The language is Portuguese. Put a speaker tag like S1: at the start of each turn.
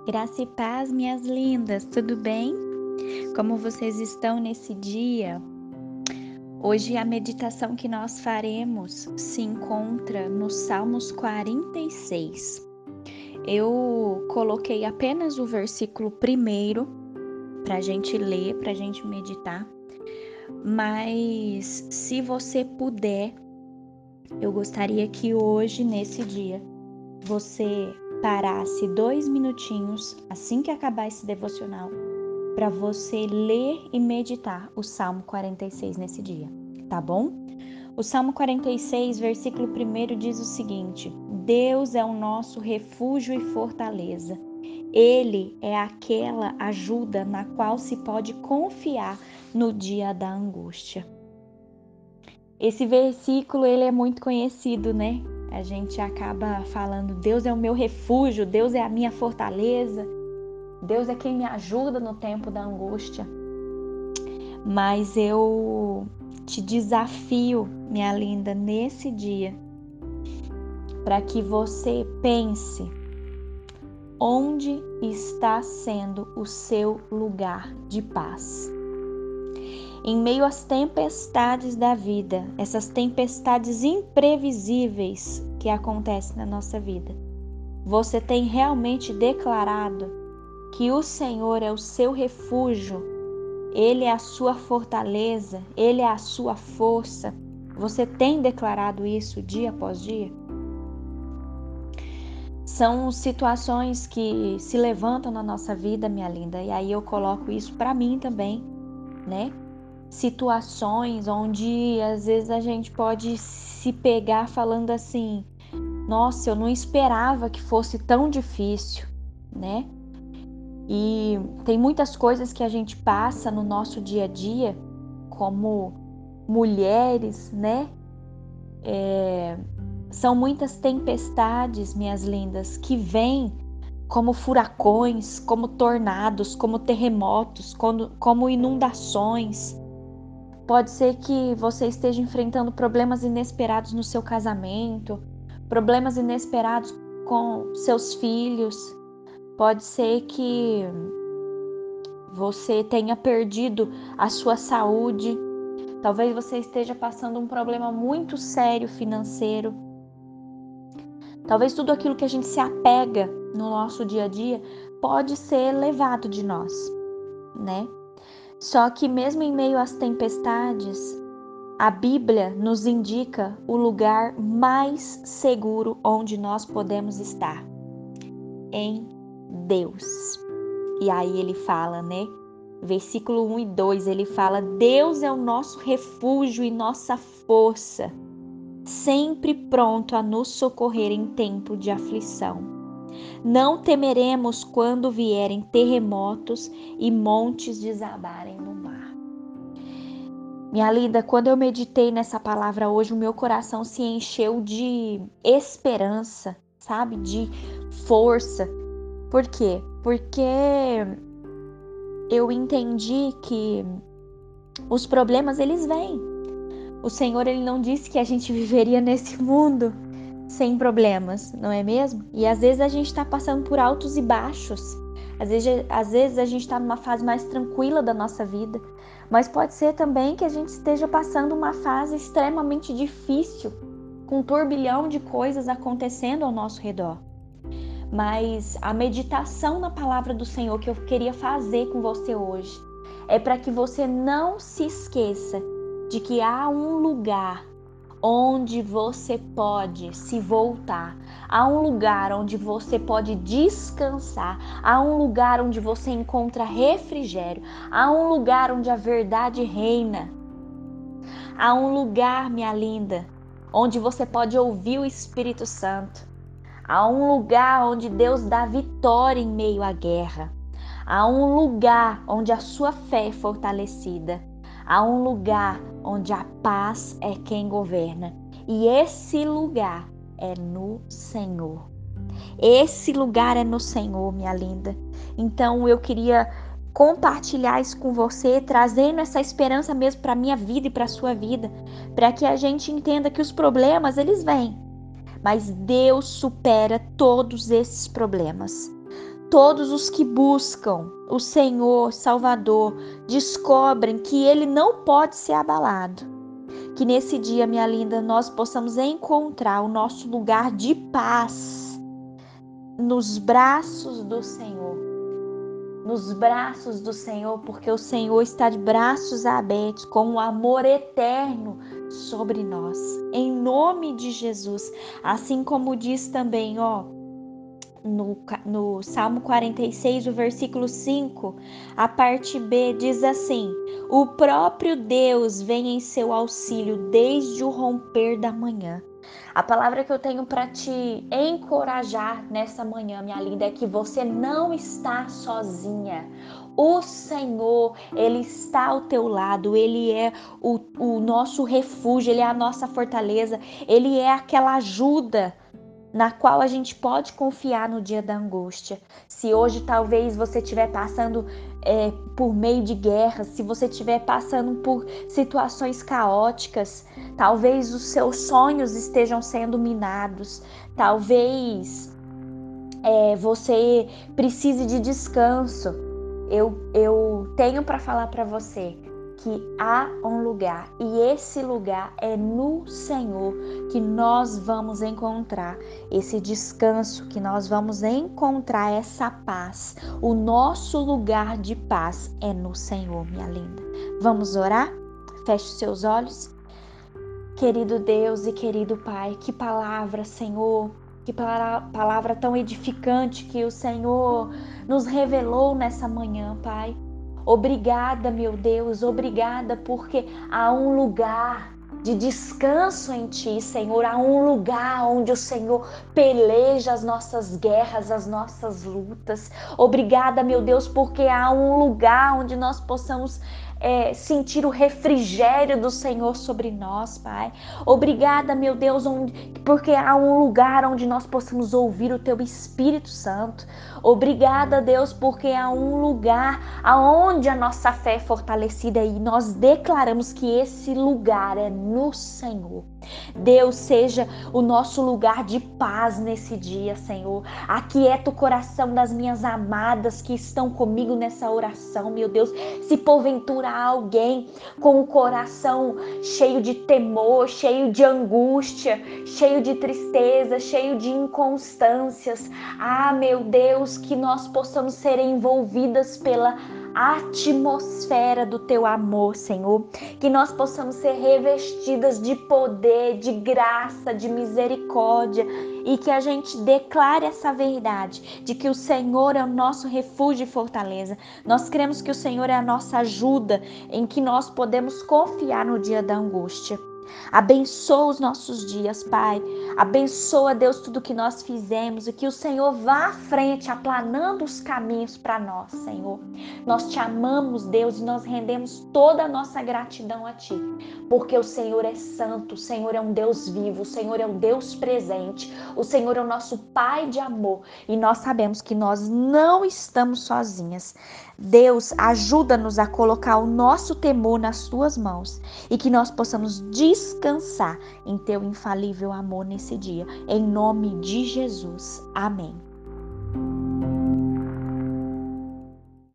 S1: Graça e paz, minhas lindas, tudo bem? Como vocês estão nesse dia? Hoje a meditação que nós faremos se encontra no Salmos 46. Eu coloquei apenas o versículo primeiro para a gente ler, para a gente meditar, mas se você puder, eu gostaria que hoje, nesse dia, você parasse 2 minutinhos assim que acabar esse devocional para você ler e meditar o Salmo 46 nesse dia, tá bom? O Salmo 46, versículo 1 diz o seguinte: Deus é o nosso refúgio e fortaleza. Ele é aquela ajuda na qual se pode confiar no dia da angústia. Esse versículo ele é muito conhecido, né? A gente acaba falando, Deus é o meu refúgio, Deus é a minha fortaleza, Deus é quem me ajuda no tempo da angústia. Mas eu te desafio, minha linda, nesse dia, para que você pense onde está sendo o seu lugar de paz. Em meio às tempestades da vida, essas tempestades imprevisíveis que acontecem na nossa vida, você tem realmente declarado que o Senhor é o seu refúgio, Ele é a sua fortaleza, Ele é a sua força? Você tem declarado isso dia após dia? São situações que se levantam na nossa vida, minha linda, e aí eu coloco isso para mim também, né? Situações onde às vezes a gente pode se pegar falando assim, nossa, eu não esperava que fosse tão difícil, né? E tem muitas coisas que a gente passa no nosso dia a dia, como mulheres, né? São muitas tempestades, minhas lindas, que vêm como furacões, como tornados, como terremotos, como inundações. Pode ser que você esteja enfrentando problemas inesperados no seu casamento, problemas inesperados com seus filhos. Pode ser que você tenha perdido a sua saúde. Talvez você esteja passando um problema muito sério financeiro. Talvez tudo aquilo que a gente se apega no nosso dia a dia pode ser levado de nós, né? Só que mesmo em meio às tempestades, a Bíblia nos indica o lugar mais seguro onde nós podemos estar, em Deus. E aí ele fala, né? Versículo 1 e 2, ele fala: Deus é o nosso refúgio e nossa força, sempre pronto a nos socorrer em tempo de aflição. Não temeremos quando vierem terremotos e montes desabarem no mar. Minha linda, quando eu meditei nessa palavra hoje, o meu coração se encheu de esperança, sabe? De força. Por quê? Porque eu entendi que os problemas, eles vêm. O Senhor, Ele não disse que a gente viveria nesse mundo sem problemas, não é mesmo? E às vezes a gente está passando por altos e baixos. Às vezes a gente está numa fase mais tranquila da nossa vida. Mas pode ser também que a gente esteja passando uma fase extremamente difícil, com um turbilhão de coisas acontecendo ao nosso redor. Mas a meditação na palavra do Senhor que eu queria fazer com você hoje é para que você não se esqueça de que há um lugar onde você pode se voltar, há um lugar onde você pode descansar, há um lugar onde você encontra refrigério, há um lugar onde a verdade reina, há um lugar, minha linda, onde você pode ouvir o Espírito Santo, há um lugar onde Deus dá vitória em meio à guerra, há um lugar onde a sua fé é fortalecida, há um lugar onde a paz é quem governa. E esse lugar é no Senhor. Esse lugar é no Senhor, minha linda. Então eu queria compartilhar isso com você, trazendo essa esperança mesmo para a minha vida e para a sua vida, para que a gente entenda que os problemas, eles vêm, mas Deus supera todos esses problemas. todos os que buscam o Senhor Salvador descobrem que Ele não pode ser abalado. Que nesse dia, minha linda, nós possamos encontrar o nosso lugar de paz nos braços do Senhor. Nos braços do Senhor, porque o Senhor está de braços abertos com um amor eterno sobre nós. Em nome de Jesus. Assim como diz também, no Salmo 46, o versículo 5, a parte B diz assim: o próprio Deus vem em seu auxílio desde o romper da manhã. A palavra que eu tenho para te encorajar nessa manhã, minha linda, é que você não está sozinha. O Senhor, Ele está ao teu lado, Ele é o nosso refúgio, Ele é a nossa fortaleza, Ele é aquela ajuda na qual a gente pode confiar no dia da angústia. Se hoje talvez você estiver passando por meio de guerras, se você estiver passando por situações caóticas, talvez os seus sonhos estejam sendo minados, talvez você precise de descanso. Eu tenho para falar para você que há um lugar, e esse lugar é no Senhor que nós vamos encontrar esse descanso, que nós vamos encontrar essa paz. O nosso lugar de paz é no Senhor, minha linda. Vamos orar? Feche os seus olhos. Querido Deus e querido Pai, que palavra, Senhor, que palavra tão edificante que o Senhor nos revelou nessa manhã, Pai. Obrigada, meu Deus, obrigada, porque há um lugar de descanso em Ti, Senhor. Há um lugar onde o Senhor peleja as nossas guerras, as nossas lutas. Obrigada, meu Deus, porque há um lugar onde nós possamos sentir o refrigério do Senhor sobre nós, Pai. Obrigada, meu Deus, porque há um lugar onde nós possamos ouvir o Teu Espírito Santo. Obrigada, Deus, porque há um lugar aonde a nossa fé é fortalecida e nós declaramos que esse lugar é no Senhor. Deus, seja o nosso lugar de paz nesse dia, Senhor. Aquieta o coração das minhas amadas que estão comigo nessa oração, meu Deus. Se porventura há alguém com o coração cheio de temor, cheio de angústia, cheio de tristeza, cheio de inconstâncias, meu Deus, que nós possamos ser envolvidas pela atmosfera do Teu amor, Senhor, que nós possamos ser revestidas de poder, de graça, de misericórdia, e que a gente declare essa verdade, de que o Senhor é o nosso refúgio e fortaleza. Nós cremos que o Senhor é a nossa ajuda, em que nós podemos confiar no dia da angústia. Abençoa os nossos dias, Pai. Abençoa, Deus, tudo que nós fizemos e que o Senhor vá à frente, aplanando os caminhos para nós, Senhor. Nós te amamos, Deus, e nós rendemos toda a nossa gratidão a Ti, porque o Senhor é santo, o Senhor é um Deus vivo, o Senhor é um Deus presente, o Senhor é o nosso Pai de amor e nós sabemos que nós não estamos sozinhas. Deus, ajuda-nos a colocar o nosso temor nas Tuas mãos e que nós possamos descansar em Teu infalível amor nesse dia. Em nome de Jesus. Amém.